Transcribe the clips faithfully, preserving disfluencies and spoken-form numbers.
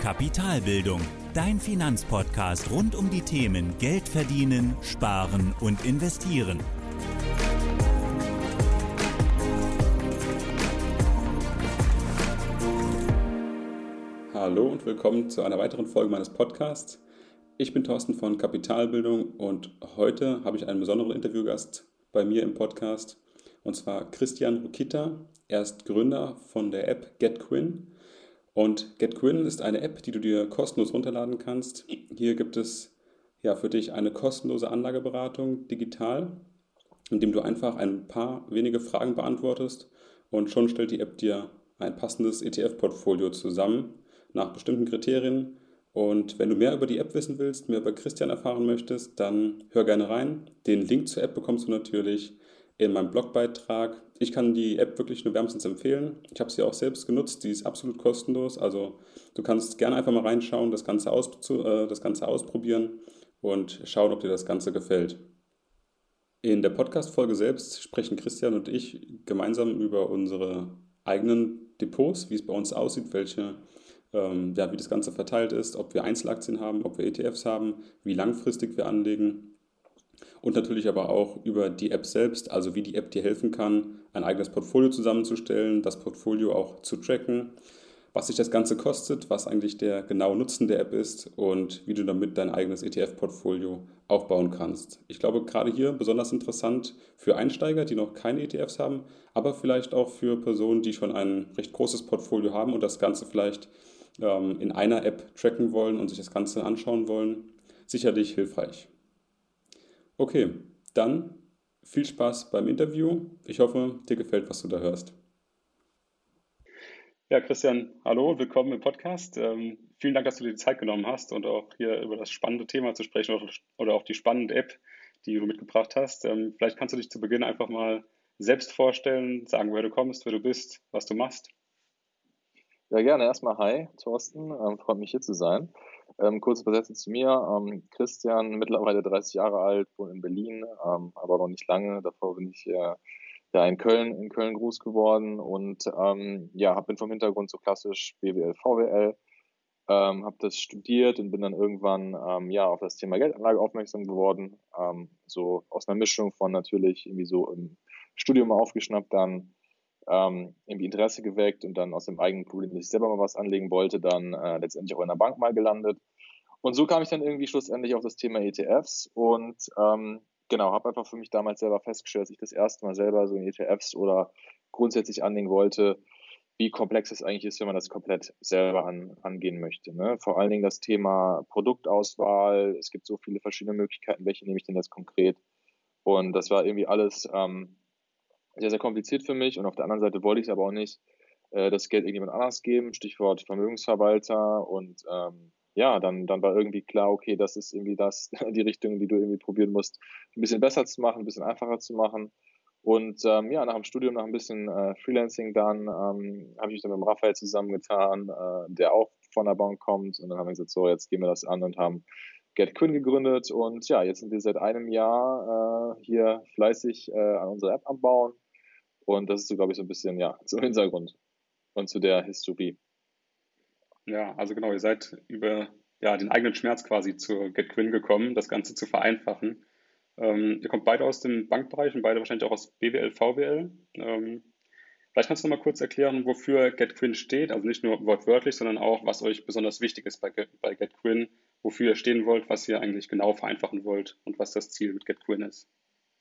Kapitalbildung, dein Finanzpodcast rund um die Themen Geld verdienen, sparen und investieren. Hallo und willkommen zu einer weiteren Folge meines Podcasts. Ich bin Thorsten von Kapitalbildung und heute habe ich einen besonderen Interviewgast bei mir im Podcast, und zwar Christian Rokita. Er ist Gründer von der App GetQuinn. Und GetQuinn ist eine App, die du dir kostenlos runterladen kannst. Hier gibt es ja für dich eine kostenlose Anlageberatung digital, indem du einfach ein paar wenige Fragen beantwortest und schon stellt die App dir ein passendes E T F-Portfolio zusammen nach bestimmten Kriterien. Und wenn du mehr über die App wissen willst, mehr über Christian erfahren möchtest, dann hör gerne rein. Den Link zur App bekommst du natürlich in meinem Blogbeitrag. Ich kann die App wirklich nur wärmstens empfehlen. Ich habe sie auch selbst genutzt, die ist absolut kostenlos. Also du kannst gerne einfach mal reinschauen, das Ganze, aus, äh, das Ganze ausprobieren und schauen, ob dir das Ganze gefällt. In der Podcast-Folge selbst sprechen Christian und ich gemeinsam über unsere eigenen Depots, wie es bei uns aussieht, welche, ähm, ja, wie das Ganze verteilt ist, ob wir Einzelaktien haben, ob wir E T Fs haben, wie langfristig wir anlegen. Und natürlich aber auch über die App selbst, also wie die App dir helfen kann, ein eigenes Portfolio zusammenzustellen, das Portfolio auch zu tracken, was sich das Ganze kostet, was eigentlich der genaue Nutzen der App ist und wie du damit dein eigenes E T F-Portfolio aufbauen kannst. Ich glaube, gerade hier besonders interessant für Einsteiger, die noch keine E T Fs haben, aber vielleicht auch für Personen, die schon ein recht großes Portfolio haben und das Ganze vielleicht ähm, in einer App tracken wollen und sich das Ganze anschauen wollen. Sicherlich hilfreich. Okay, dann viel Spaß beim Interview. Ich hoffe, dir gefällt, was du da hörst. Ja, Christian, hallo, willkommen im Podcast. Ähm, vielen Dank, dass du dir die Zeit genommen hast und auch hier über das spannende Thema zu sprechen oder, oder auch die spannende App, die du mitgebracht hast. Ähm, vielleicht kannst du dich zu Beginn einfach mal selbst vorstellen, sagen, woher du kommst, wer du bist, was du machst. Ja, gerne. Erstmal hi, Thorsten. Ähm, freut mich, hier zu sein. Ähm, kurze Übersetzung zu mir. Ähm, Christian, mittlerweile dreißig Jahre alt, wohne in Berlin, ähm, aber noch nicht lange. Davor bin ich äh, ja in Köln, in Köln groß geworden und ähm, ja, hab, bin vom Hintergrund so klassisch B W L, V W L. Ähm, habe das studiert und bin dann irgendwann ähm, ja auf das Thema Geldanlage aufmerksam geworden. Ähm, so aus einer Mischung von natürlich irgendwie so im Studium mal aufgeschnappt, dann ähm, irgendwie Interesse geweckt und dann aus dem eigenen Problem, dass ich selber mal was anlegen wollte, dann äh, letztendlich auch in der Bank mal gelandet. Und so kam ich dann irgendwie schlussendlich auf das Thema E T Fs und ähm, genau, habe einfach für mich damals selber festgestellt, dass ich das erste Mal selber so in E T Fs oder grundsätzlich anlegen wollte, wie komplex es eigentlich ist, wenn man das komplett selber an, angehen möchte. Ne? Vor allen Dingen das Thema Produktauswahl. Es gibt so viele verschiedene Möglichkeiten. Welche nehme ich denn jetzt konkret? Und das war irgendwie alles ähm, sehr, sehr kompliziert für mich. Und auf der anderen Seite wollte ich aber auch nicht äh, das Geld irgendjemand anders geben. Stichwort Vermögensverwalter. Und ähm, ja, dann, dann war irgendwie klar, okay, das ist irgendwie das, die Richtung, die du irgendwie probieren musst, ein bisschen besser zu machen, ein bisschen einfacher zu machen. Und ähm, ja, nach dem Studium, nach ein bisschen äh, Freelancing dann, ähm, habe ich mich dann mit dem Raphael zusammengetan, äh, der auch von der Bank kommt. Und dann haben wir gesagt, so, jetzt gehen wir das an und haben GetQuinn gegründet. Und ja, jetzt sind wir seit einem Jahr äh, hier fleißig äh, an unserer App am Bauen. Und das ist so, glaube ich, so ein bisschen, ja, zum Hintergrund und zu der Historie. Ja, also genau, ihr seid über ja, den eigenen Schmerz quasi zu GetQuinn gekommen, das Ganze zu vereinfachen. Ähm, ihr kommt beide aus dem Bankbereich und beide wahrscheinlich auch aus B W L, V W L. Ähm, vielleicht kannst du noch mal kurz erklären, wofür GetQuinn steht, also nicht nur wortwörtlich, sondern auch, was euch besonders wichtig ist bei, Get, bei GetQuinn, wofür ihr stehen wollt, was ihr eigentlich genau vereinfachen wollt und was das Ziel mit GetQuinn ist.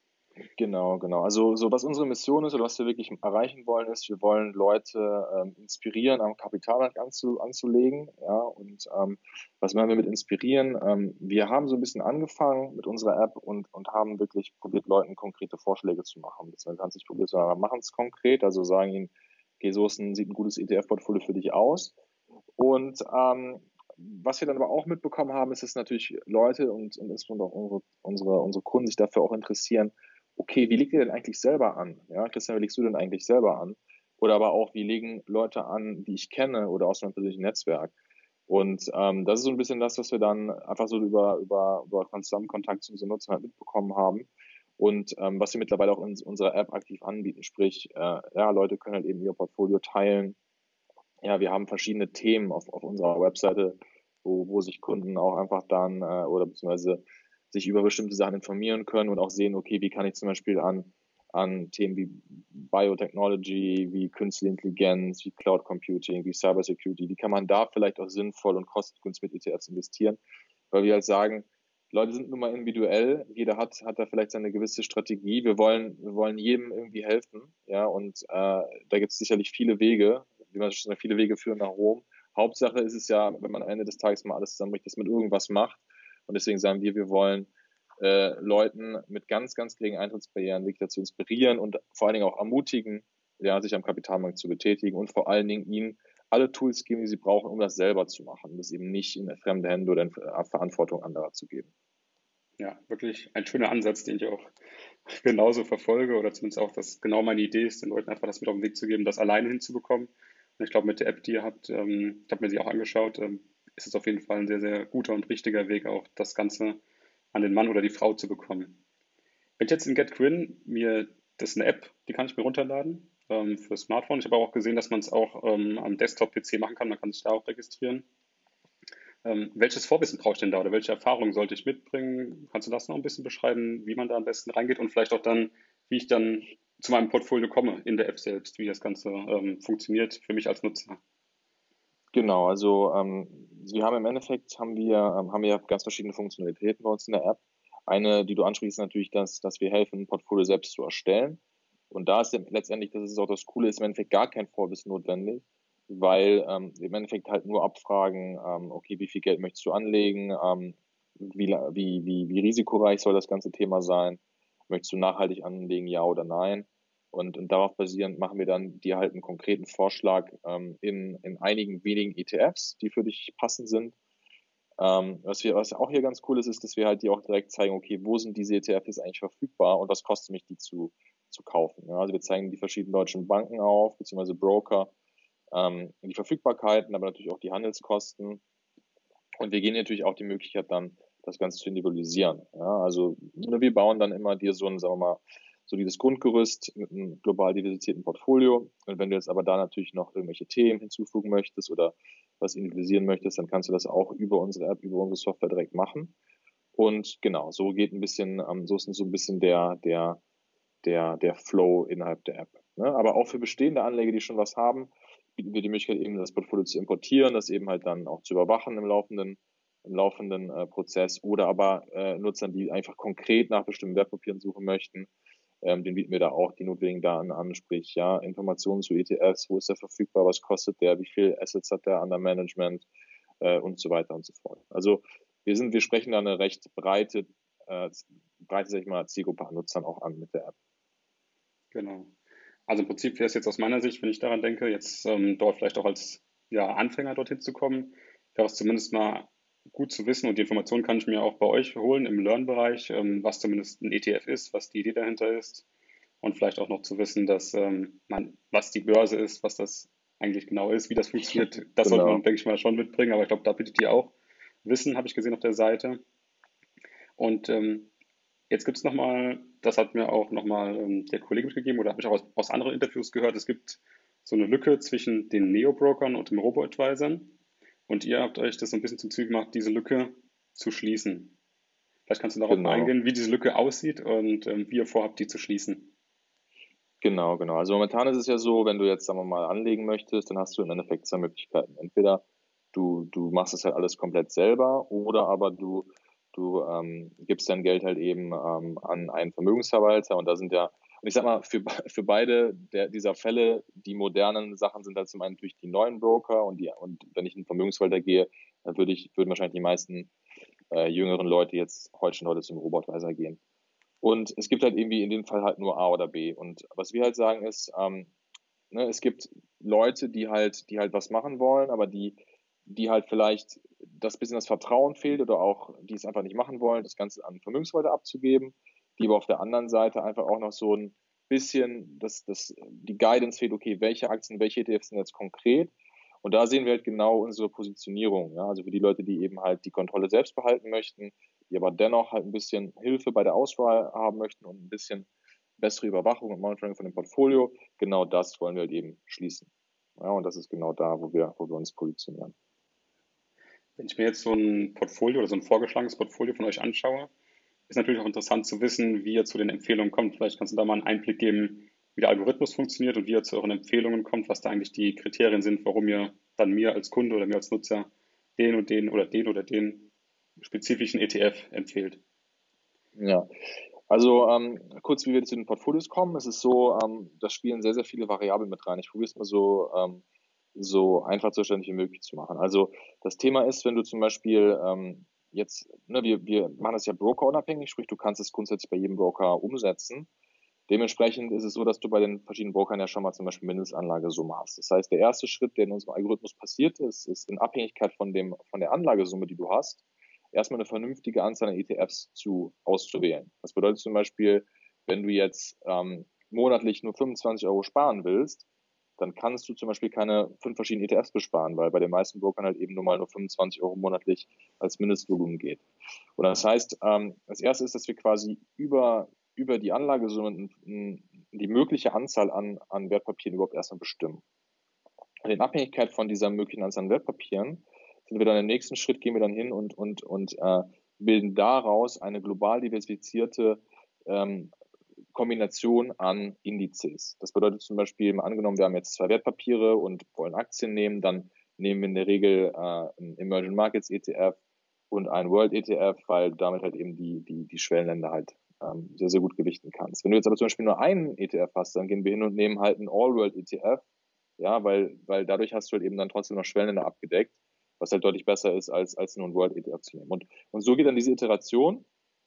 Genau, genau. Also so was unsere Mission ist oder was wir wirklich erreichen wollen, ist, wir wollen Leute ähm, inspirieren, am Kapitalmarkt anzu, anzulegen. Ja, und ähm, was meinen wir mit inspirieren? Ähm, wir haben so ein bisschen angefangen mit unserer App und und haben wirklich probiert, Leuten konkrete Vorschläge zu machen. Beziehungsweise haben es nicht probiert, sondern machen es konkret. Also sagen ihnen, okay, so ist ein, sieht ein gutes E T F-Portfolio für dich aus. Und ähm, was wir dann aber auch mitbekommen haben, ist, dass natürlich Leute und, und insbesondere auch unsere, unsere, unsere Kunden sich dafür auch interessieren, okay, wie legt ihr denn eigentlich selber an? Ja, Christian, wie legst du denn eigentlich selber an? Oder aber auch, wie legen Leute an, die ich kenne oder aus meinem persönlichen Netzwerk? Und ähm, das ist so ein bisschen das, was wir dann einfach so über, über, über Zusammenkontakt zu unseren Nutzern halt mitbekommen haben. Und ähm, was wir mittlerweile auch in unserer App aktiv anbieten, sprich, äh, ja, Leute können halt eben ihr Portfolio teilen, ja, wir haben verschiedene Themen auf, auf unserer Webseite, wo, wo sich Kunden auch einfach dann äh, oder beziehungsweise sich über bestimmte Sachen informieren können und auch sehen, okay, wie kann ich zum Beispiel an, an Themen wie Biotechnology, wie Künstliche Intelligenz, wie Cloud Computing, wie Cybersecurity, wie kann man da vielleicht auch sinnvoll und kostengünstig mit E T Fs investieren, weil wir halt sagen, Leute sind nun mal individuell, jeder hat, hat da vielleicht seine gewisse Strategie. Wir wollen, wir wollen jedem irgendwie helfen, ja, und äh, da gibt es sicherlich viele Wege, wie man schon sagt, viele Wege führen nach Rom. Hauptsache ist es ja, wenn man am Ende des Tages mal alles zusammenbricht, dass man irgendwas macht. Und deswegen sagen wir, wir wollen äh, Leuten mit ganz, ganz geringen Eintrittsbarrieren wirklich dazu inspirieren und vor allen Dingen auch ermutigen, ja, sich am Kapitalmarkt zu betätigen und vor allen Dingen ihnen alle Tools geben, die sie brauchen, um das selber zu machen, das eben nicht in fremde Hände oder in Verantwortung anderer zu geben. Ja, wirklich ein schöner Ansatz, den ich auch genauso verfolge oder zumindest auch, dass genau meine Idee ist, den Leuten einfach das mit auf den Weg zu geben, das alleine hinzubekommen. Und ich glaube, mit der App, die ihr habt, ähm, ich habe mir sie auch angeschaut, ähm, ist es auf jeden Fall ein sehr, sehr guter und richtiger Weg, auch das Ganze an den Mann oder die Frau zu bekommen. Wenn ich jetzt in GetQuinn mir, das ist eine App, die kann ich mir runterladen ähm, für Smartphone. Ich habe auch gesehen, dass man es auch ähm, am Desktop-P C machen kann, man kann sich da auch registrieren. Ähm, welches Vorwissen brauche ich denn da oder welche Erfahrungen sollte ich mitbringen? Kannst du das noch ein bisschen beschreiben, wie man da am besten reingeht und vielleicht auch dann, wie ich dann zu meinem Portfolio komme in der App selbst, wie das Ganze ähm, funktioniert für mich als Nutzer? Genau, also ähm, wir haben im Endeffekt haben wir, ähm, haben wir ganz verschiedene Funktionalitäten bei uns in der App. Eine, die du ansprichst, ist natürlich, dass, dass wir helfen, ein Portfolio selbst zu erstellen. Und da ist letztendlich, das ist auch das Coole, ist im Endeffekt gar kein Vorwissen notwendig, weil ähm, im Endeffekt halt nur abfragen, ähm, okay, wie viel Geld möchtest du anlegen, ähm, wie, wie, wie, wie risikoreich soll das ganze Thema sein, möchtest du nachhaltig anlegen, ja oder nein. Und, und darauf basierend machen wir dann dir halt einen konkreten Vorschlag ähm, in, in einigen wenigen E T Fs, die für dich passend sind. Ähm, was, wir, was auch hier ganz cool ist, ist, dass wir halt dir auch direkt zeigen, okay, wo sind diese E T Fs eigentlich verfügbar und was kostet mich, die zu, zu kaufen. Ja, also wir zeigen die verschiedenen deutschen Banken auf, beziehungsweise Broker, ähm, die Verfügbarkeiten, aber natürlich auch die Handelskosten. Und wir gehen natürlich auch die Möglichkeit dann, das Ganze zu individualisieren. Ja, also wir bauen dann immer dir so ein, sagen wir mal, solides Grundgerüst mit einem global diversifizierten Portfolio. Und wenn du jetzt aber da natürlich noch irgendwelche Themen hinzufügen möchtest oder was individualisieren möchtest, dann kannst du das auch über unsere App, über unsere Software direkt machen. Und genau, so geht ein bisschen, so ist so ein bisschen der, der, der, der Flow innerhalb der App. Ne? Aber auch für bestehende Anleger, die schon was haben, bieten wir die Möglichkeit, eben das Portfolio zu importieren, das eben halt dann auch zu überwachen im laufenden, im laufenden äh, Prozess oder aber äh, Nutzern, die einfach konkret nach bestimmten Wertpapieren suchen möchten, ähm, den bieten wir da auch die notwendigen Daten an, sprich ja Informationen zu E T Fs, wo ist der verfügbar, was kostet der, wie viel Assets hat der under Management äh, und so weiter und so fort. Also wir sind, wir sprechen da eine recht breite, äh, breite, sag ich mal, Zielgruppe an Nutzern auch an mit der App. Genau. Also im Prinzip wäre es jetzt aus meiner Sicht, wenn ich daran denke, jetzt ähm, dort vielleicht auch als ja, Anfänger dorthin zu kommen, wäre es zumindest mal gut zu wissen und die Informationen kann ich mir auch bei euch holen im Learn-Bereich, ähm, was zumindest ein E T F ist, was die Idee dahinter ist und vielleicht auch noch zu wissen, dass ähm, man, was die Börse ist, was das eigentlich genau ist, wie das funktioniert, das sollte man, Genau. denke ich mal, schon mitbringen, aber ich glaube, da bietet ihr auch Wissen, habe ich gesehen auf der Seite. Und ähm, jetzt gibt es nochmal, das hat mir auch nochmal ähm, der Kollege mitgegeben oder habe ich auch aus, aus anderen Interviews gehört, es gibt so eine Lücke zwischen den Neo-Brokern und dem Robo-Advisern und ihr habt euch das so ein bisschen zum Ziel gemacht, diese Lücke zu schließen. Vielleicht kannst du darauf mal Genau. eingehen, wie diese Lücke aussieht und ähm, wie ihr vorhabt, die zu schließen. Genau, genau. Also momentan ist es ja so, wenn du jetzt, sagen wir mal, anlegen möchtest, dann hast du im Endeffekt zwei Möglichkeiten. Entweder du, du machst es halt alles komplett selber oder aber du, du ähm, gibst dein Geld halt eben ähm, an einen Vermögensverwalter und da sind ja, und ich sag mal, für, für beide der, dieser Fälle, die modernen Sachen sind halt zum einen natürlich die neuen Broker und die, und wenn ich in einen Vermögensverwalter gehe, dann würde ich, würden wahrscheinlich die meisten äh, jüngeren Leute jetzt heute schon heute zum Robo-Advisor gehen. Und es gibt halt irgendwie in dem Fall halt nur A oder B. Und was wir halt sagen ist, ähm, ne, es gibt Leute, die halt, die halt was machen wollen, aber die, die halt vielleicht das bisschen das Vertrauen fehlt oder auch die es einfach nicht machen wollen, das Ganze an Vermögensverwalter abzugeben, die aber auf der anderen Seite einfach auch noch so ein bisschen das, das, die Guidance fehlt, okay, welche Aktien, welche E T Fs sind jetzt konkret? Und da sehen wir halt genau unsere Positionierung. Ja? Also für die Leute, die eben halt die Kontrolle selbst behalten möchten, die aber dennoch halt ein bisschen Hilfe bei der Auswahl haben möchten und ein bisschen bessere Überwachung und Monitoring von dem Portfolio, genau das wollen wir halt eben schließen. Ja, und das ist genau da, wo wir, wo wir uns positionieren. Wenn ich mir jetzt so ein Portfolio oder so ein vorgeschlagenes Portfolio von euch anschaue, ist natürlich auch interessant zu wissen, wie ihr zu den Empfehlungen kommt. Vielleicht kannst du da mal einen Einblick geben, wie der Algorithmus funktioniert und wie ihr zu euren Empfehlungen kommt, was da eigentlich die Kriterien sind, warum ihr dann mir als Kunde oder mir als Nutzer den und den oder den oder den spezifischen E T F empfiehlt. Ja, also ähm, kurz, wie wir zu den Portfolios kommen. Es ist so, ähm, da spielen sehr, sehr viele Variablen mit rein. Ich probiere es mal so, ähm, so einfach zu verständlich wie möglich zu machen. Also das Thema ist, wenn du zum Beispiel ähm, jetzt, ne, wir, wir machen das ja brokerunabhängig, sprich, du kannst es grundsätzlich bei jedem Broker umsetzen. Dementsprechend ist es so, dass du bei den verschiedenen Brokern ja schon mal zum Beispiel Mindestanlagesumme hast. Das heißt, der erste Schritt, der in unserem Algorithmus passiert ist, ist in Abhängigkeit von dem, von der Anlagesumme, die du hast, erstmal eine vernünftige Anzahl an E T Fs zu, auszuwählen. Das bedeutet zum Beispiel, wenn du jetzt ähm, monatlich nur fünfundzwanzig Euro sparen willst, dann kannst du zum Beispiel keine fünf verschiedenen E T Fs besparen, weil bei den meisten Brokern halt eben nur mal nur fünfundzwanzig Euro monatlich als Mindestvolumen geht. Und das heißt, ähm, das erste ist, dass wir quasi über, über die Anlagesumme die mögliche Anzahl an, an Wertpapieren überhaupt erstmal bestimmen. Und in Abhängigkeit von dieser möglichen Anzahl an Wertpapieren sind wir dann im nächsten Schritt, gehen wir dann hin und, und, und äh, bilden daraus eine global diversifizierte ähm, Kombination an Indizes. Das bedeutet zum Beispiel, mal angenommen, wir haben jetzt zwei Wertpapiere und wollen Aktien nehmen, dann nehmen wir in der Regel äh, einen Emerging Markets E T F und einen World E T F, weil damit halt eben die, die, die Schwellenländer halt ähm, sehr, sehr gut gewichten kannst. Wenn du jetzt aber zum Beispiel nur einen E T F hast, dann gehen wir hin und nehmen halt einen All-World E T F, ja, weil, weil dadurch hast du halt eben dann trotzdem noch Schwellenländer abgedeckt, was halt deutlich besser ist, als, als nur einen World E T F zu nehmen. Und, und so geht dann diese Iteration.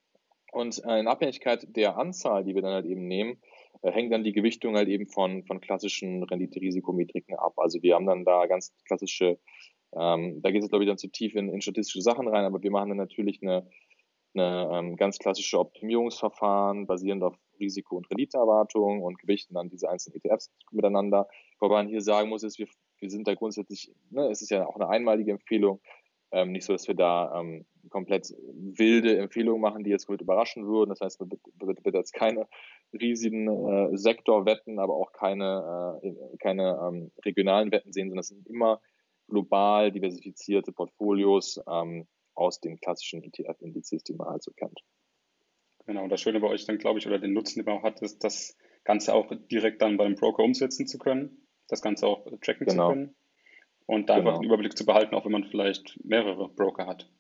Und äh, in Abhängigkeit der Anzahl, die wir dann halt eben nehmen, äh, hängt dann die Gewichtung halt eben von, von klassischen Rendite-Risikometriken ab. Also wir haben dann da ganz klassische, ähm, da geht es glaube ich dann zu tief in, in statistische Sachen rein, aber wir machen dann natürlich eine, eine ähm, ganz klassische Optimierungsverfahren basierend auf Risiko- und Renditeerwartungen und gewichten dann diese einzelnen E T Fs miteinander. Wobei man hier sagen muss, ist, wir, wir sind da grundsätzlich, ne, es ist ja auch eine einmalige Empfehlung, ähm, nicht so, dass wir da ähm, komplett wilde Empfehlungen machen, die jetzt komplett überraschen würden. Das heißt, wir wird, wird jetzt keine riesigen äh, Sektorwetten, aber auch keine, äh, keine ähm, regionalen Wetten sehen, sondern es sind immer global diversifizierte Portfolios ähm, aus den klassischen E T F-Indizes, die man halt so kennt. Genau, und das Schöne bei euch dann, glaube ich, oder den Nutzen, den man auch hat, ist, das Ganze auch direkt dann beim Broker umsetzen zu können, das Ganze auch tracken zu Genau, können und da einfach den genau. Überblick zu behalten, auch wenn man vielleicht mehrere Broker hat.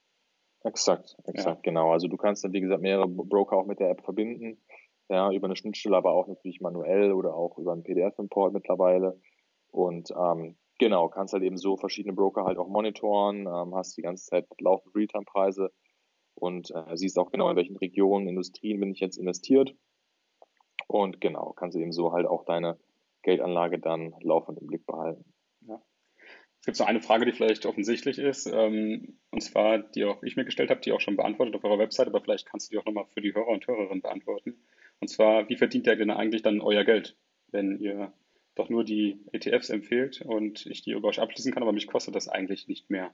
Exakt, Ja, exakt, genau. Also du kannst dann, wie gesagt, mehrere Broker auch mit der App verbinden, ja, über eine Schnittstelle, aber auch natürlich manuell oder auch über einen P D F-Import mittlerweile. Und ähm, genau, kannst halt eben so verschiedene Broker halt auch monitoren, ähm, hast die ganze Zeit laufend Realtime-Preise und äh, siehst auch genau, in welchen Regionen, Industrien bin ich jetzt investiert. Und genau, kannst du eben so halt auch deine Geldanlage dann laufend im Blick behalten. ja. Es gibt noch eine Frage, die vielleicht offensichtlich ist, ähm, und zwar, die auch ich mir gestellt habe, die auch schon beantwortet auf eurer Website, aber vielleicht kannst du die auch nochmal für die Hörer und Hörerinnen beantworten. Und zwar, wie verdient ihr denn eigentlich dann euer Geld, wenn ihr doch nur die E T Fs empfehlt und ich die über euch abschließen kann, aber mich kostet das eigentlich nicht mehr?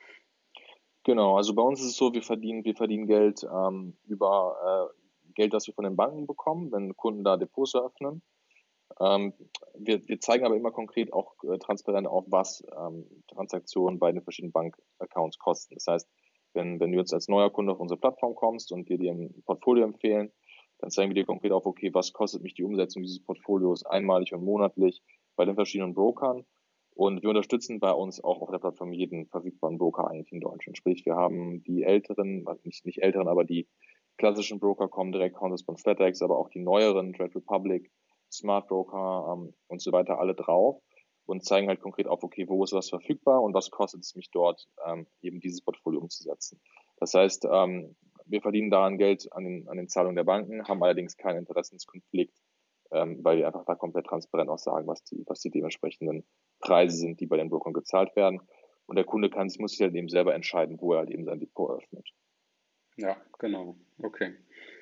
Genau, also bei uns ist es so, wir verdienen, wir verdienen Geld ähm, über äh, Geld, das wir von den Banken bekommen, wenn Kunden da Depots eröffnen. Ähm, wir, wir zeigen aber immer konkret auch äh, transparent auf, was ähm, Transaktionen bei den verschiedenen Bankaccounts kosten. Das heißt, wenn, wenn du jetzt als neuer Kunde auf unsere Plattform kommst und wir dir ein Portfolio empfehlen, dann zeigen wir dir konkret auf, okay, was kostet mich die Umsetzung dieses Portfolios einmalig und monatlich bei den verschiedenen Brokern. Und wir unterstützen bei uns auch auf der Plattform jeden verfügbaren Broker eigentlich in Deutschland. Sprich, wir haben die älteren, also nicht, nicht älteren, aber die klassischen Broker kommen direkt, Counterspot, FlatEx, aber auch die neueren, Trade Republic, Smart Broker ähm, und so weiter alle drauf und zeigen halt konkret auf, okay, wo ist was verfügbar und was kostet es mich dort, ähm, eben dieses Portfolio umzusetzen. Das heißt, ähm, wir verdienen daran Geld an den, an den Zahlungen der Banken, haben allerdings keinen Interessenskonflikt, ähm, weil wir einfach da komplett transparent auch sagen, was die, was die dementsprechenden Preise sind, die bei den Brokern gezahlt werden. Und der Kunde kann, muss sich halt eben selber entscheiden, wo er halt eben sein Depot eröffnet. Ja, genau. Okay.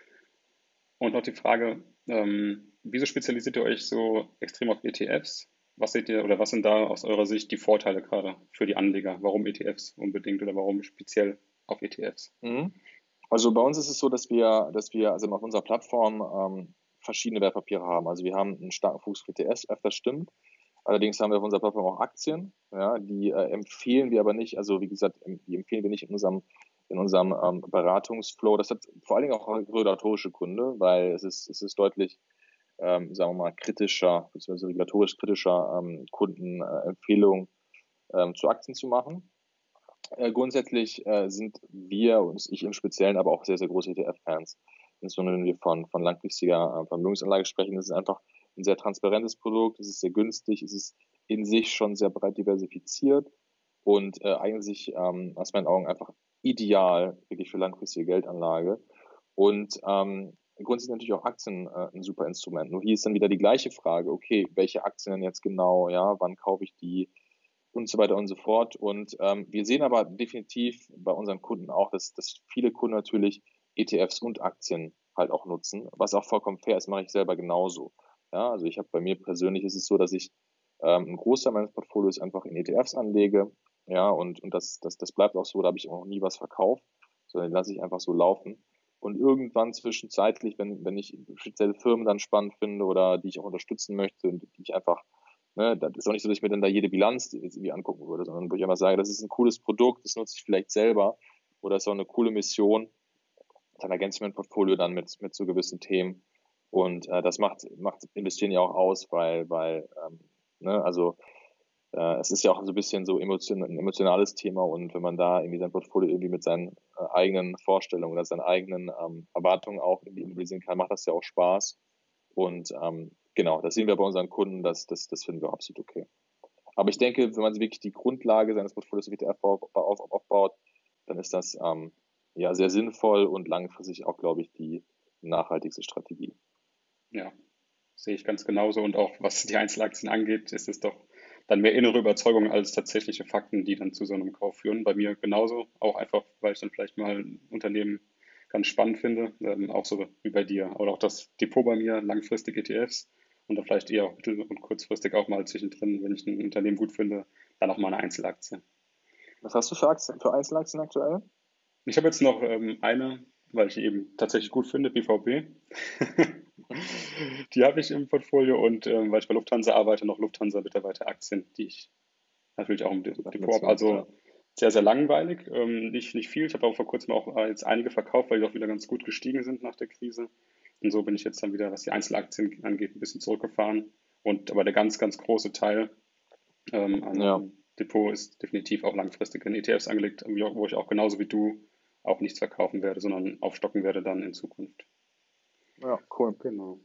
Und noch die Frage, ähm, wieso spezialisiert ihr euch so extrem auf E T Fs? Was seht ihr oder was sind da aus eurer Sicht die Vorteile gerade für die Anleger? Warum E T Fs unbedingt oder warum speziell auf E T Fs? Mhm. Also bei uns ist es so, dass wir, dass wir also auf unserer Plattform ähm, verschiedene Wertpapiere haben. Also wir haben einen starken Fokus auf E T Fs, das stimmt. Allerdings haben wir auf unserer Plattform auch Aktien, ja, die äh, empfehlen wir aber nicht, also wie gesagt, die empfehlen wir nicht in unserem, in unserem ähm, Beratungsflow. Das hat vor allen Dingen auch regulatorische Gründe, weil es ist, es ist deutlich, ähm, sagen wir mal, kritischer, beziehungsweise regulatorisch kritischer ähm, Kundenempfehlungen ähm, zu Aktien zu machen. Äh, grundsätzlich äh, sind wir, und ich im Speziellen, aber auch sehr, sehr große E T F-Fans. Insbesondere wenn wir von, von langfristiger äh, Vermögensanlage sprechen. Das ist einfach ein sehr transparentes Produkt, es ist sehr günstig, es ist in sich schon sehr breit diversifiziert und äh, eigentlich ähm, aus meinen Augen einfach ideal wirklich für langfristige Geldanlage. Und ähm, grundsätzlich natürlich auch Aktien äh, ein super Instrument. Nur hier ist dann wieder die gleiche Frage, okay, welche Aktien denn jetzt genau, ja, wann kaufe ich die und so weiter und so fort. Und ähm, wir sehen aber definitiv bei unseren Kunden auch, dass, dass viele Kunden natürlich E T Fs und Aktien halt auch nutzen, was auch vollkommen fair ist, mache ich selber genauso. Ja, also ich habe bei mir persönlich ist es so, dass ich ähm, einen Großteil meines Portfolios einfach in E T Fs anlege, ja, und, und das, das, das bleibt auch so, da habe ich auch noch nie was verkauft, sondern lasse ich einfach so laufen. Und irgendwann zwischenzeitlich, wenn, wenn ich spezielle Firmen dann spannend finde oder die ich auch unterstützen möchte und die ich einfach, ne, das ist auch nicht so, dass ich mir dann da jede Bilanz irgendwie angucken würde, sondern wo ich einfach sage, das ist ein cooles Produkt, das nutze ich vielleicht selber oder ist auch eine coole Mission, dann ergänze ich mein Portfolio dann mit, mit so gewissen Themen. Und äh, das macht, macht Investieren ja auch aus, weil, weil ähm, ne, also äh, es ist ja auch so ein bisschen so emotion, ein emotionales Thema und wenn man da irgendwie sein Portfolio irgendwie mit seinen äh, eigenen Vorstellungen oder seinen eigenen ähm, Erwartungen auch irgendwie mobilisieren kann, macht das ja auch Spaß. Und ähm, genau, das sehen wir bei unseren Kunden, das, das, das finden wir absolut okay. Aber ich denke, wenn man wirklich die Grundlage seines Portfolios auf E T F auf, auf, aufbaut, dann ist das ähm, ja sehr sinnvoll und langfristig auch, glaube ich, die nachhaltigste Strategie. Ja, sehe ich ganz genauso. Und auch was die Einzelaktien angeht, ist es doch dann mehr innere Überzeugung als tatsächliche Fakten, die dann zu so einem Kauf führen. Bei mir genauso, auch einfach, weil ich dann vielleicht mal ein Unternehmen ganz spannend finde, ähm, auch so wie bei dir. Oder auch das Depot bei mir, langfristig E T Fs und dann vielleicht eher auch mittel- und kurzfristig auch mal zwischendrin, wenn ich ein Unternehmen gut finde, dann auch mal eine Einzelaktie. Was hast du für Aktien, für Einzelaktien aktuell? Ich habe jetzt noch ähm, eine, weil ich die eben tatsächlich gut finde, B V B. Die habe ich im Portfolio und ähm, weil ich bei Lufthansa arbeite, noch Lufthansa-Mitarbeiter-Aktien, die ich natürlich auch im De- Depot habe. Ja. Also sehr, sehr langweilig, ähm, nicht, nicht viel. Ich habe auch vor kurzem auch äh, jetzt einige verkauft, weil die auch wieder ganz gut gestiegen sind nach der Krise. Und so bin ich jetzt dann wieder, was die Einzelaktien angeht, ein bisschen zurückgefahren. Und aber der ganz, ganz große Teil ähm, an Ja, meinem Depot ist definitiv auch langfristig in E T Fs angelegt, wo ich auch genauso wie du auch nichts verkaufen werde, sondern aufstocken werde dann in Zukunft. ja, cool. Genau.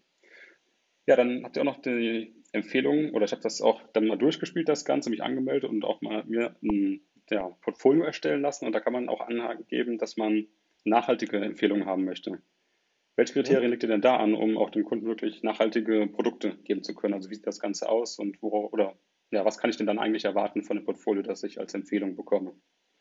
Ja, dann habt ihr auch noch die Empfehlung, oder ich habe das auch dann mal durchgespielt, das Ganze, mich angemeldet und auch mal mir ein ja, Portfolio erstellen lassen. Und da kann man auch angeben, dass man nachhaltige Empfehlungen haben möchte. Welche Mhm. Kriterien legt ihr denn da an, um auch dem Kunden wirklich nachhaltige Produkte geben zu können? Also wie sieht das Ganze aus und wo, oder ja, was kann ich denn dann eigentlich erwarten von dem Portfolio, das ich als Empfehlung bekomme?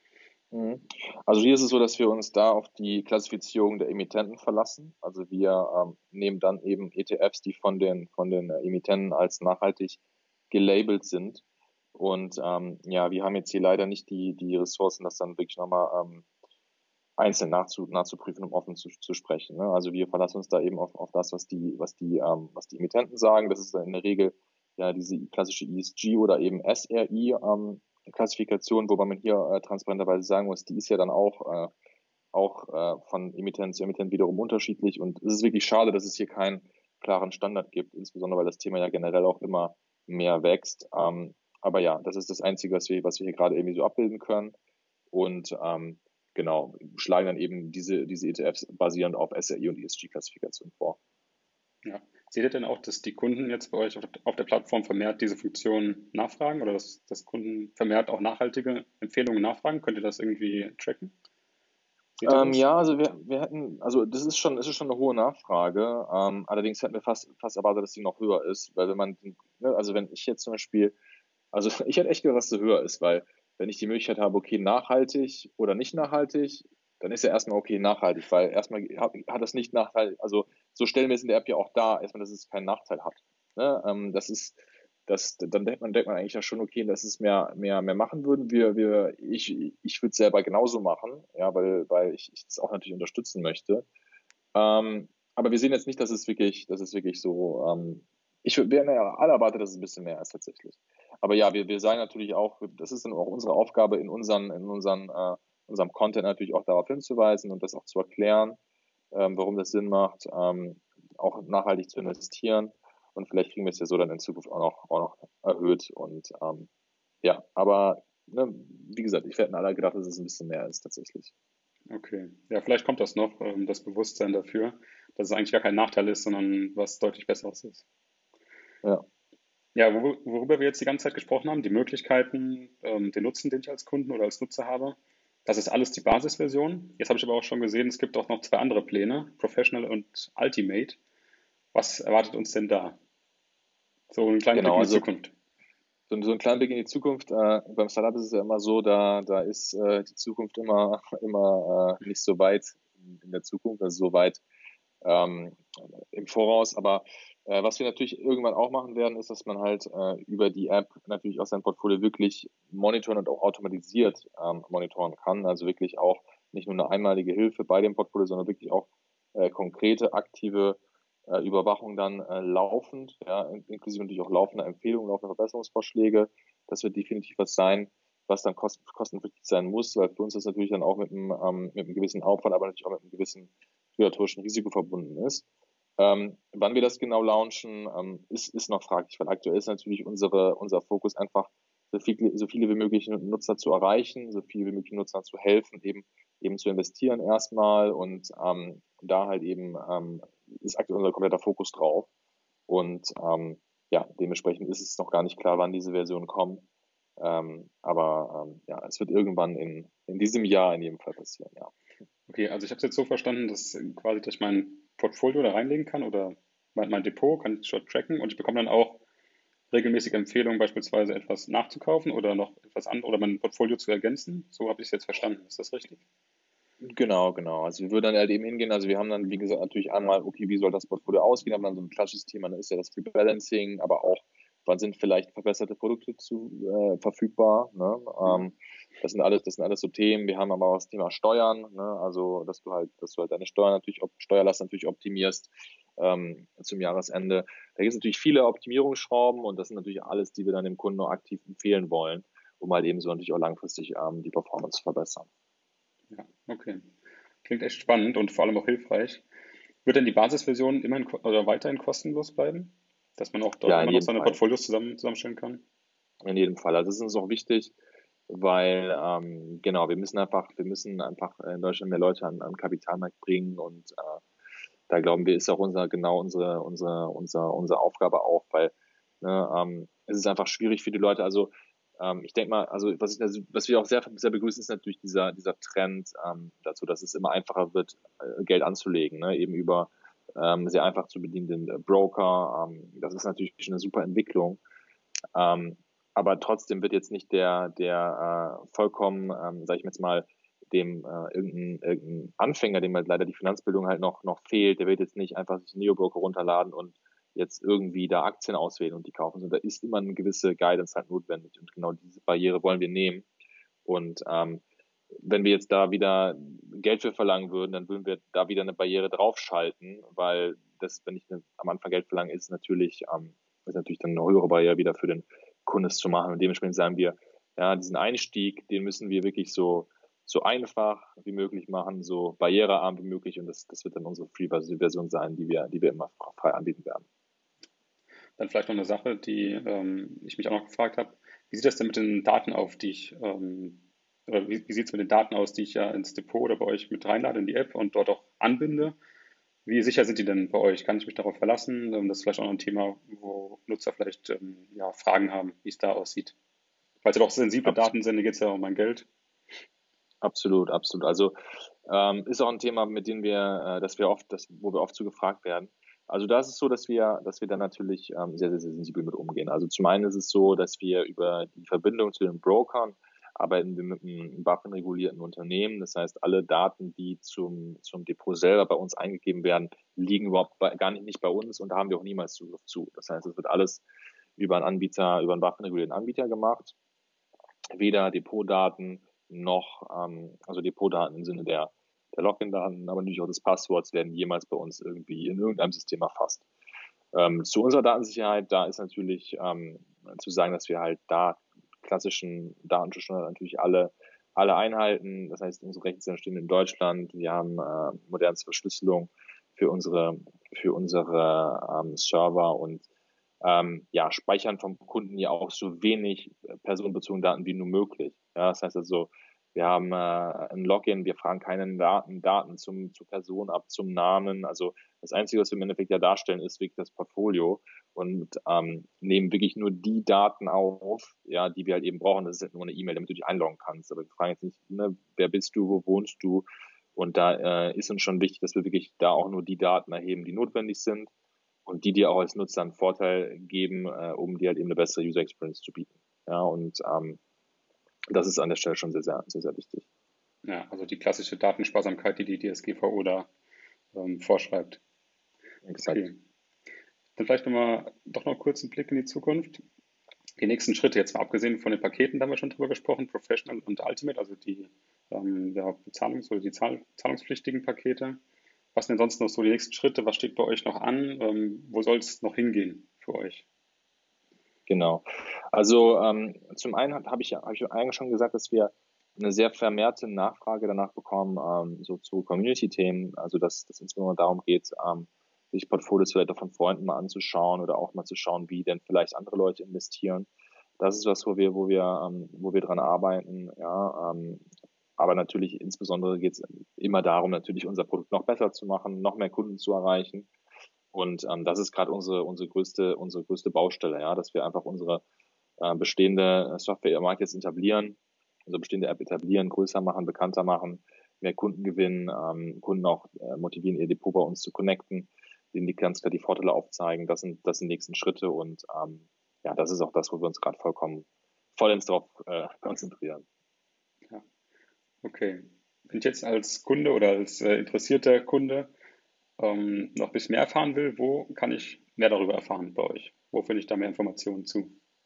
Mhm. Also hier ist es so, dass wir uns da auf die Klassifizierung der Emittenten verlassen. Also wir ähm, nehmen dann eben E T Fs, die von den, von den äh, Emittenten als nachhaltig gelabelt sind. Und ähm, ja, wir haben jetzt hier leider nicht die, die Ressourcen, das dann wirklich nochmal ähm, einzeln nachzu, nachzuprüfen, um offen zu, zu sprechen. Ne? Also wir verlassen uns da eben auf, auf das, was die, was die, ähm, was die Emittenten sagen. Das ist dann in der Regel ja diese klassische E S G oder eben S R I ähm, Klassifikation, wobei man hier äh, transparenterweise sagen muss, die ist ja dann auch, äh, auch äh, von Emittent zu Emittent wiederum unterschiedlich. Und es ist wirklich schade, dass es hier keinen klaren Standard gibt, insbesondere weil das Thema ja generell auch immer mehr wächst. Ähm, aber ja, das ist das Einzige, was wir, was wir hier gerade irgendwie so abbilden können. Und ähm, genau, schlagen dann eben diese, diese E T Fs basierend auf S R I und E S G-Klassifikation vor. Ja. Seht ihr denn auch, dass die Kunden jetzt bei euch auf, auf der Plattform vermehrt diese Funktion nachfragen oder dass, dass Kunden vermehrt auch nachhaltige Empfehlungen nachfragen? Könnt ihr das irgendwie tracken? Seht ihr Ähm, das? ja, also wir, wir hätten, also das ist schon, das ist schon eine hohe Nachfrage. Ähm, allerdings hätten wir fast, fast erwartet, dass die noch höher ist, weil wenn man, ne, also wenn ich jetzt zum Beispiel, also ich hätte echt gedacht, dass sie höher ist, weil wenn ich die Möglichkeit habe, okay, nachhaltig oder nicht nachhaltig, dann ist ja erstmal okay, nachhaltig, weil erstmal hat, hat das nicht Nachteil, also so stellen wir es in der App ja auch dar, erstmal, dass es keinen Nachteil hat. Ne? Ähm, das ist, das, dann denkt man, denkt man eigentlich ja schon, okay, dass es mehr, mehr, mehr machen würden. Wir, wir, ich, ich würde es selber genauso machen, ja, weil, weil ich, ich das auch natürlich unterstützen möchte. Ähm, aber wir sehen jetzt nicht, dass es wirklich, dass es wirklich so, ähm, Ich wir haben ja alle erwartet, dass es ein bisschen mehr ist tatsächlich. Aber ja, wir, wir sagen natürlich auch, das ist dann auch unsere Aufgabe, in unseren, in unseren, äh, unserem Content natürlich auch darauf hinzuweisen und das auch zu erklären, ähm, warum das Sinn macht, ähm, auch nachhaltig zu investieren. Und vielleicht kriegen wir es ja so dann in Zukunft auch noch, auch noch erhöht. Und ähm, ja, aber ne, wie gesagt, ich hätten alle gedacht, dass es ein bisschen mehr ist tatsächlich. Okay. Ja, vielleicht kommt das noch, ähm, das Bewusstsein dafür, dass es eigentlich gar kein Nachteil ist, sondern was deutlich Besseres ist. Ja, Ja, wo, worüber wir jetzt die ganze Zeit gesprochen haben, die Möglichkeiten, ähm, den Nutzen, den ich als Kunden oder als Nutzer habe, das ist alles die Basisversion. Jetzt habe ich aber auch schon gesehen, es gibt auch noch zwei andere Pläne, Professional und Ultimate. Was erwartet uns denn da? So ein kleiner Blick genau. in die Also Zukunft. so, so ein kleiner Blick in die Zukunft. Äh, beim Startup ist es ja immer so, da, da ist äh, die Zukunft immer, immer äh, nicht so weit in der Zukunft, also so weit ähm, im Voraus. Aber äh, was wir natürlich irgendwann auch machen werden, ist, dass man halt äh, über die App natürlich auch sein Portfolio wirklich monitoren und auch automatisiert ähm, monitoren kann. Also wirklich auch nicht nur eine einmalige Hilfe bei dem Portfolio, sondern wirklich auch äh, konkrete, aktive äh, Überwachung dann äh, laufend, ja, inklusive natürlich auch laufende Empfehlungen, laufende Verbesserungsvorschläge. Das wird definitiv was sein, was dann kost kostenpflichtig sein muss, weil für uns das natürlich dann auch mit einem, ähm, mit einem gewissen Aufwand, aber natürlich auch mit einem gewissen regulatorischen Risiko verbunden ist. Ähm, wann wir das genau launchen, ähm, ist, ist noch fraglich, weil aktuell ist natürlich unsere, unser Fokus einfach, so viele, so viele wie möglich Nutzer zu erreichen, so viele wie möglich Nutzer zu helfen, eben, eben zu investieren erstmal und ähm, da halt eben ähm, ist aktuell unser kompletter Fokus drauf. Und ähm, ja, dementsprechend ist es noch gar nicht klar, wann diese Versionen kommen. Ähm, aber ähm, ja, es wird irgendwann in, in diesem Jahr in jedem Fall passieren, ja. Okay, also ich habe es jetzt so verstanden, dass quasi dass ich mein Portfolio da reinlegen kann oder mein, mein Depot kann ich schon tracken und ich bekomme dann auch regelmäßige Empfehlungen, beispielsweise etwas nachzukaufen oder noch etwas anderes oder mein Portfolio zu ergänzen. So habe ich es jetzt verstanden. Ist das richtig? Genau, genau. Also wir würden dann halt eben hingehen, also wir haben dann, wie gesagt, natürlich einmal, okay, wie soll das Portfolio aussehen, haben dann so ein klassisches Thema, dann ist ja das Rebalancing, aber auch, wann sind vielleicht verbesserte Produkte zu, äh, verfügbar, ne? Mhm. Ähm, das sind alles, das sind alles so Themen. Wir haben aber auch das Thema Steuern, ne? Also, dass du halt, dass du halt deine Steuern natürlich, Steuerlast natürlich optimierst, ähm, zum Jahresende. Da gibt es natürlich viele Optimierungsschrauben und das sind natürlich alles, die wir dann dem Kunden noch aktiv empfehlen wollen, um halt eben so natürlich auch langfristig, ähm, die Performance zu verbessern. Ja, okay. Klingt echt spannend und vor allem auch hilfreich. Wird denn die Basisversion immerhin ko- oder weiterhin kostenlos bleiben? Dass man auch dort Ja, in immer noch jedem seine Fall. Portfolios zusammen, zusammenstellen kann? In jedem Fall. Also das ist uns auch wichtig, weil ähm, genau, wir müssen einfach, wir müssen einfach in Deutschland mehr Leute an, an den Kapitalmarkt bringen und äh, da glauben wir, ist auch unser genau unsere unsere unser unsere Aufgabe auch, weil ne, ähm, es ist einfach schwierig für die Leute. Also ähm, ich denke mal, also was ich also, was wir auch sehr sehr begrüßen, ist natürlich dieser dieser Trend ähm, dazu, dass es immer einfacher wird, äh, Geld anzulegen, ne, eben über ähm, sehr einfach zu bedienenden äh, Broker. Ähm, das ist natürlich eine super Entwicklung. Ähm, aber trotzdem wird jetzt nicht der, der äh, vollkommen, ähm, sage ich jetzt mal, dem äh, irgendein, irgendein Anfänger, dem halt leider die Finanzbildung halt noch, noch fehlt, der wird jetzt nicht einfach sich einen Neobroker runterladen und jetzt irgendwie da Aktien auswählen und die kaufen, sondern da ist immer eine gewisse Guidance halt notwendig und genau diese Barriere wollen wir nehmen. Und ähm, wenn wir jetzt da wieder Geld für verlangen würden, dann würden wir da wieder eine Barriere draufschalten, weil das, wenn ich eine, am Anfang Geld verlange, ist natürlich, ähm, ist natürlich dann eine höhere Barriere wieder für den Kunden zu machen. Und dementsprechend sagen wir, ja, diesen Einstieg, den müssen wir wirklich so, so einfach wie möglich machen, so barrierearm wie möglich. Und das, das wird dann unsere Free-Version sein, die wir, die wir immer frei anbieten werden. Dann vielleicht noch eine Sache, die ähm, ich mich auch noch gefragt habe. Wie sieht das denn mit den Daten auf, die ich, ähm, oder wie, wie sieht es mit den Daten aus, die ich ja ins Depot oder bei euch mit reinlade in die App und dort auch anbinde? Wie sicher sind die denn bei euch? Kann ich mich darauf verlassen? Ähm, Das ist vielleicht auch noch ein Thema, wo Nutzer vielleicht ähm, ja, Fragen haben, wie es da aussieht. Weil es ja doch sensible Abs Daten sind, da geht es ja um mein Geld. absolut, absolut. Also ähm, ist auch ein Thema, mit dem wir, äh, dass wir oft, das, wo wir oft zu gefragt werden. Also da ist es so, dass wir, dass wir da natürlich ähm, sehr, sehr, sehr sensibel mit umgehen. Also zum einen ist es so, dass wir über die Verbindung zu den Brokern arbeiten wir mit einem BaFin-regulierten Unternehmen. Das heißt, alle Daten, die zum, zum Depot selber bei uns eingegeben werden, liegen überhaupt bei, gar nicht, nicht bei uns und da haben wir auch niemals Zugriff zu. Das heißt, es wird alles über einen Anbieter, über einen BaFin-regulierten Anbieter gemacht. Weder Depotdaten noch, ähm, also Depotdaten im Sinne der, der Login-Daten, aber natürlich auch des Passworts werden jemals bei uns irgendwie in irgendeinem System erfasst. Ähm, zu unserer Datensicherheit, da ist natürlich ähm, zu sagen, dass wir halt da klassischen Datenschutzstandards natürlich alle, alle einhalten. Das heißt, unsere Rechte stehen in Deutschland. Wir haben äh, modernste Verschlüsselung für unsere, für unsere ähm, Server und ähm, ja, speichern vom Kunden ja auch so wenig personenbezogene Daten wie nur möglich. Ja, das heißt also, wir haben äh, ein Login, wir fragen keine Daten, Daten zum, zur Person ab, zum Namen. Also das Einzige, was wir im Endeffekt ja darstellen, ist wirklich das Portfolio und ähm, nehmen wirklich nur die Daten auf, ja, die wir halt eben brauchen. Das ist halt nur eine E-Mail, damit du dich einloggen kannst. Aber wir fragen jetzt nicht, ne, wer bist du, wo wohnst du? Und da äh, ist uns schon wichtig, dass wir wirklich da auch nur die Daten erheben, die notwendig sind und die dir auch als Nutzer einen Vorteil geben, äh, um dir halt eben eine bessere User Experience zu bieten. Ja, und ähm, das ist an der Stelle schon sehr, sehr, sehr, sehr wichtig. Ja, also die klassische Datensparsamkeit, die die D S G V O da ähm, vorschreibt. Exakt. Okay. Dann vielleicht nochmal, doch noch kurz einen Blick in die Zukunft. Die nächsten Schritte, jetzt mal abgesehen von den Paketen, da haben wir schon drüber gesprochen, Professional und Ultimate, also die, ähm, ja, Bezahlungs- oder die Zahl zahlungspflichtigen Pakete. Was sind denn sonst noch so die nächsten Schritte? Was steht bei euch noch an? Ähm, wo soll es noch hingehen für euch? Genau. Also ähm, zum einen habe ich ja hab ich eigentlich schon gesagt, dass wir eine sehr vermehrte Nachfrage danach bekommen, ähm, so zu Community-Themen, also dass es insbesondere darum geht, ähm, sich Portfolios vielleicht auch von Freunden mal anzuschauen oder auch mal zu schauen, wie denn vielleicht andere Leute investieren. Das ist was, wo wir, wo wir, ähm, wo wir dran arbeiten, ja. Ähm, aber natürlich insbesondere geht es immer darum, natürlich unser Produkt noch besser zu machen, noch mehr Kunden zu erreichen. Und ähm, das ist gerade unsere, unsere größte, unsere größte Baustelle, ja, dass wir einfach unsere äh, bestehende Software im Markt jetzt etablieren, unsere bestehende App etablieren, größer machen, bekannter machen, mehr Kunden gewinnen, ähm, Kunden auch äh, motivieren, ihr Depot bei uns zu connecten, denen die ganz klar die Vorteile aufzeigen. Das sind, das sind die nächsten Schritte und ähm, ja, das ist auch das, wo wir uns gerade vollkommen vollends darauf äh, konzentrieren. Ja, okay. Wenn ich jetzt als Kunde oder als äh, interessierter Kunde ähm, noch ein bisschen mehr erfahren will, wo kann ich mehr darüber erfahren bei euch? Wo finde ich da mehr Informationen zu?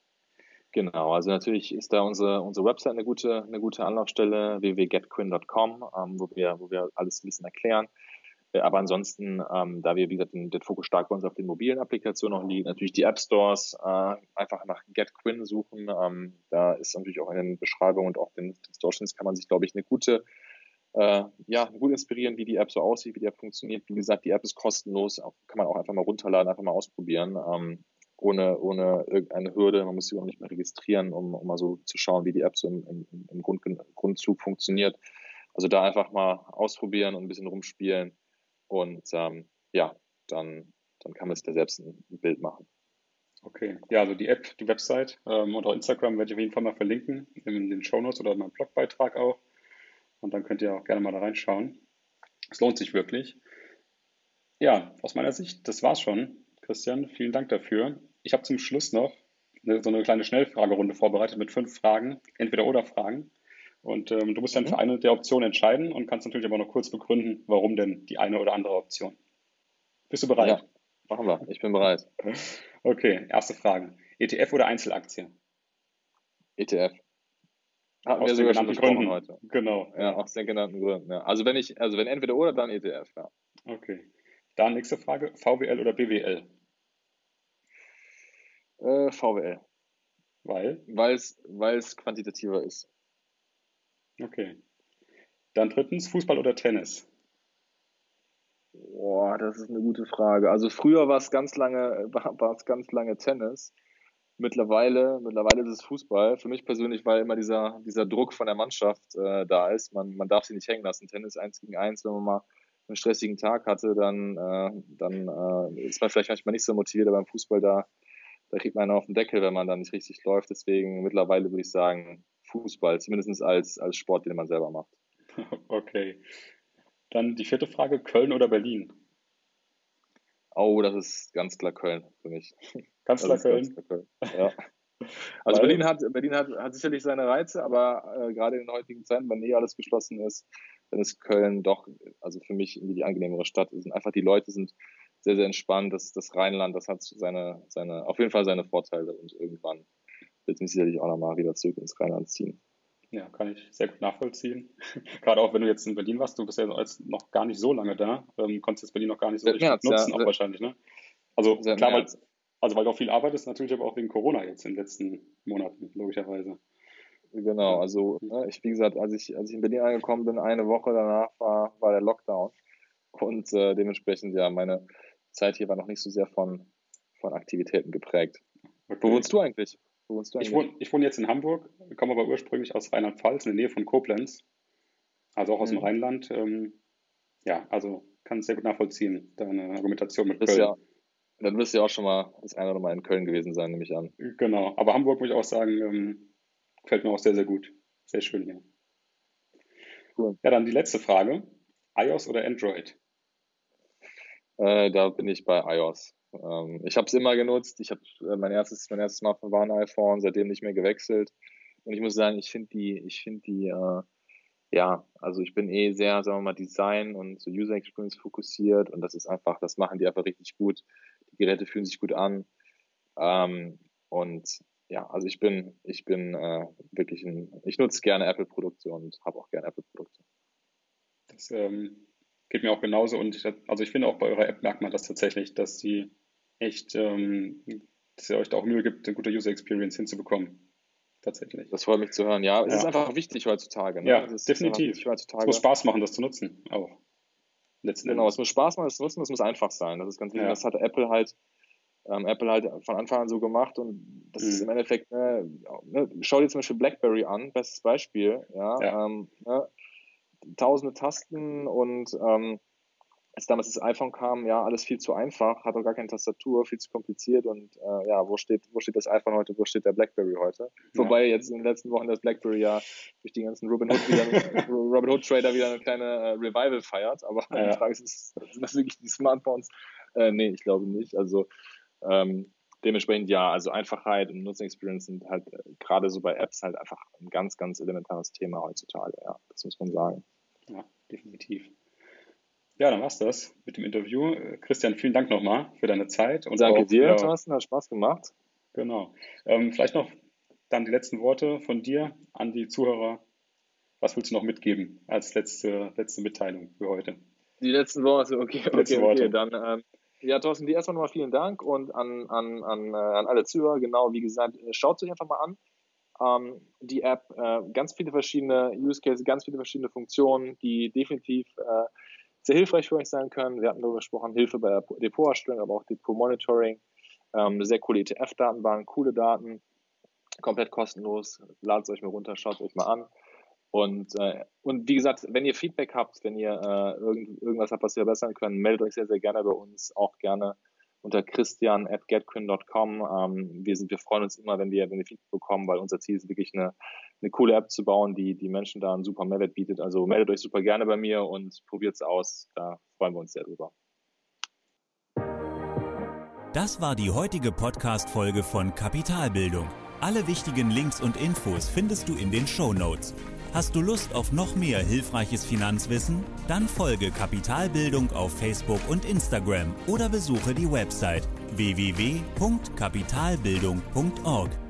Genau, also natürlich ist da unsere, unsere Website eine gute, eine gute Anlaufstelle, w w w punkt getquin punkt com, ähm, wo wir, wo wir alles ein bisschen erklären. Äh, Aber ansonsten, ähm, da wir, wie gesagt, den, den Fokus stark bei uns auf den mobilen Applikationen noch liegen, natürlich die App Stores, äh, einfach nach GetQuinn suchen. Ähm, da ist natürlich auch in den Beschreibungen und auch den, den Store-Links kann man sich, glaube ich, eine gute, äh, ja, gut inspirieren, wie die App so aussieht, wie die App funktioniert. Wie gesagt, die App ist kostenlos, auch, kann man auch einfach mal runterladen, einfach mal ausprobieren. Ähm, ohne, ohne irgendeine Hürde. Man muss sich auch nicht mehr registrieren, um, um mal so zu schauen, wie die App so im, im, im Grund, Grundzug funktioniert. Also da einfach mal ausprobieren und ein bisschen rumspielen und ähm, ja, dann, dann kann man sich da selbst ein, ein Bild machen. Okay, ja, also die App, die Website ähm, und auch Instagram werde ich auf jeden Fall mal verlinken in den Shownotes oder in meinem Blogbeitrag auch. Und dann könnt ihr auch gerne mal da reinschauen. Es lohnt sich wirklich. Ja, aus meiner Sicht, das war's schon. Christian, vielen Dank dafür. Ich habe zum Schluss noch eine, so eine kleine Schnellfragerunde vorbereitet mit fünf Fragen, Entweder-oder-Fragen. Und ähm, du musst dann für Mhm. eine der Optionen entscheiden und kannst natürlich aber noch kurz begründen, warum denn die eine oder andere Option. Bist du Ja, bereit? machen wir. Ich bin bereit. Okay, erste Frage. E T F oder Einzelaktie? E T F. Hatten wir Aus den sogar schon genannten besprochen Gründen. heute. Genau, Ja, ja. aus den genannten Gründen. Ja. Also wenn ich, also wenn entweder oder, dann E T F, ja. Okay. Dann nächste Frage. V W L oder B W L? Äh, V W L. Weil? Weil es, weil es quantitativer ist. Okay. Dann drittens, Fußball oder Tennis? Boah, das ist eine gute Frage. Also früher war es ganz lange, war, war es ganz lange Tennis. Mittlerweile, mittlerweile ist es Fußball. Für mich persönlich, weil immer dieser, dieser Druck von der Mannschaft äh, da ist. Man, man darf sie nicht hängen lassen. Tennis eins gegen eins, wenn man mal einen stressigen Tag hatte, dann, äh, dann äh, ist man vielleicht manchmal nicht so motiviert, aber beim Fußball da, da kriegt man einen auf den Deckel, wenn man dann nicht richtig läuft. Deswegen mittlerweile würde ich sagen, Fußball, zumindest als, als Sport, den man selber macht. Okay. Dann die vierte Frage, Köln oder Berlin? Oh, das ist ganz klar Köln für mich. Ganz Das klar ist ganz Köln. klar Köln. Ja. Also Berlin Weil? hat, Berlin hat, hat sicherlich seine Reize, aber äh, gerade in den heutigen Zeiten, wenn eh alles geschlossen ist, dann ist Köln doch, also für mich irgendwie die angenehmere Stadt. Es sind einfach die Leute sind sehr, sehr entspannt. Das, das Rheinland, das hat seine, seine, auf jeden Fall seine Vorteile und irgendwann wird es mich sicherlich auch nochmal wieder zurück ins Rheinland ziehen. Ja, kann ich sehr gut nachvollziehen. Gerade auch wenn du jetzt in Berlin warst, du bist ja jetzt noch gar nicht so lange da, ähm, konntest jetzt Berlin noch gar nicht so Seit richtig März, ja. nutzen, auch wahrscheinlich, ne? Also klar, weil, also weil du auch viel arbeitest, natürlich aber auch wegen Corona jetzt in den letzten Monaten, logischerweise. Genau, also ich, wie gesagt, als ich, als ich in Berlin angekommen bin, eine Woche danach war, war der Lockdown. Und äh, dementsprechend, ja, meine Zeit hier war noch nicht so sehr von, von Aktivitäten geprägt. Okay. Wo wohnst du eigentlich? Wo wohnst du eigentlich? Ich wohne, ich wohne jetzt in Hamburg, komme aber ursprünglich aus Rheinland-Pfalz, in der Nähe von Koblenz. Also auch aus mhm. dem Rheinland. Ähm, ja, also kann es sehr gut nachvollziehen, deine Argumentation mit Köln. Ja, dann wirst du ja auch schon mal das eine oder mal in Köln gewesen sein, nehme ich an. Genau, aber Hamburg, muss ich auch sagen, ähm, gefällt mir auch sehr, sehr gut. Sehr schön hier. Cool. Ja, dann die letzte Frage. iOS oder Android? Äh, da bin ich bei iOS. Ähm, ich habe es immer genutzt. Ich habe äh, mein erstes, mein erstes Smartphone war ein iPhone, seitdem nicht mehr gewechselt. Und ich muss sagen, ich finde die, ich finde die, äh, ja, also ich bin eh sehr, sagen wir mal, Design und so User Experience fokussiert und das ist einfach, das machen die einfach richtig gut. Die Geräte fühlen sich gut an. Ähm, und ja, also ich bin, ich bin äh, wirklich ein, ich nutze gerne Apple-Produkte und habe auch gerne Apple-Produkte. Das ähm, geht mir auch genauso und ich, also ich finde auch bei eurer App merkt man das tatsächlich, dass die echt, ähm, dass ihr euch da auch Mühe gibt, eine gute User Experience hinzubekommen. Tatsächlich. Das freut mich zu hören. Ja, es ja. ist einfach wichtig heutzutage. Ne? Ja, es ist definitiv. Heutzutage. Es muss Spaß machen, das zu nutzen, auch. Letzten genau, Endes. Es muss Spaß machen, das zu nutzen, es muss einfach sein. Das ist ganz wichtig. Ja. Das hat Apple halt Ähm, Apple halt von Anfang an so gemacht und das mhm. ist im Endeffekt, ne, ne, schau dir zum Beispiel BlackBerry an, bestes Beispiel, ja, ja. Ähm, ne, tausende Tasten und ähm, als damals das iPhone kam, ja, alles viel zu einfach, hat auch gar keine Tastatur, viel zu kompliziert und äh, ja, wo steht, wo steht das iPhone heute, wo steht der BlackBerry heute? Ja. Wobei jetzt in den letzten Wochen das BlackBerry ja durch die ganzen Robin Hood wieder, Robin Hood Trader wieder eine kleine äh, Revival feiert, aber ja. die Frage ist, sind das wirklich die Smartphones? Äh, nee, ich glaube nicht, also Ähm, dementsprechend ja, also Einfachheit und Nutzungsexperience sind halt äh, gerade so bei Apps halt einfach ein ganz, ganz elementares Thema heutzutage, ja, das muss man sagen. Ja, definitiv. Ja, dann war's das mit dem Interview. Christian, vielen Dank nochmal für deine Zeit. Und Danke auch dir, für, Thorsten, hat Spaß gemacht. Genau. Ähm, vielleicht noch dann die letzten Worte von dir an die Zuhörer. Was willst du noch mitgeben als letzte, letzte Mitteilung für heute? Die letzten Worte, okay, okay, letzte okay, Worte. dann ähm, ja, Thorsten, dir erstmal nochmal vielen Dank und an, an, an, an alle Zuhörer, genau, wie gesagt, schaut euch einfach mal an. Ähm, die App, äh, ganz viele verschiedene Use Cases, ganz viele verschiedene Funktionen, die definitiv äh, sehr hilfreich für euch sein können. Wir hatten darüber gesprochen, Hilfe bei der Depoterstellung, aber auch Depot-Monitoring, ähm, eine sehr coole E T F-Datenbank, coole Daten, komplett kostenlos. Ladet es euch mal runter, schaut es euch mal an. Und, äh, und wie gesagt, wenn ihr Feedback habt, wenn ihr äh, irgend, irgendwas habt, was wir verbessern können, meldet euch sehr, sehr gerne bei uns, auch gerne unter christian at getquin dot com. Ähm, wir, sind, wir freuen uns immer, wenn wir, wenn wir Feedback bekommen, weil unser Ziel ist wirklich eine, eine coole App zu bauen, die die Menschen da einen super Mehrwert bietet. Also meldet euch super gerne bei mir und probiert es aus. Da freuen wir uns sehr drüber. Das war die heutige Podcast-Folge von Kapitalbildung. Alle wichtigen Links und Infos findest du in den Shownotes. Hast du Lust auf noch mehr hilfreiches Finanzwissen? Dann folge Kapitalbildung auf Facebook und Instagram oder besuche die Website w w w punkt kapitalbildung punkt org.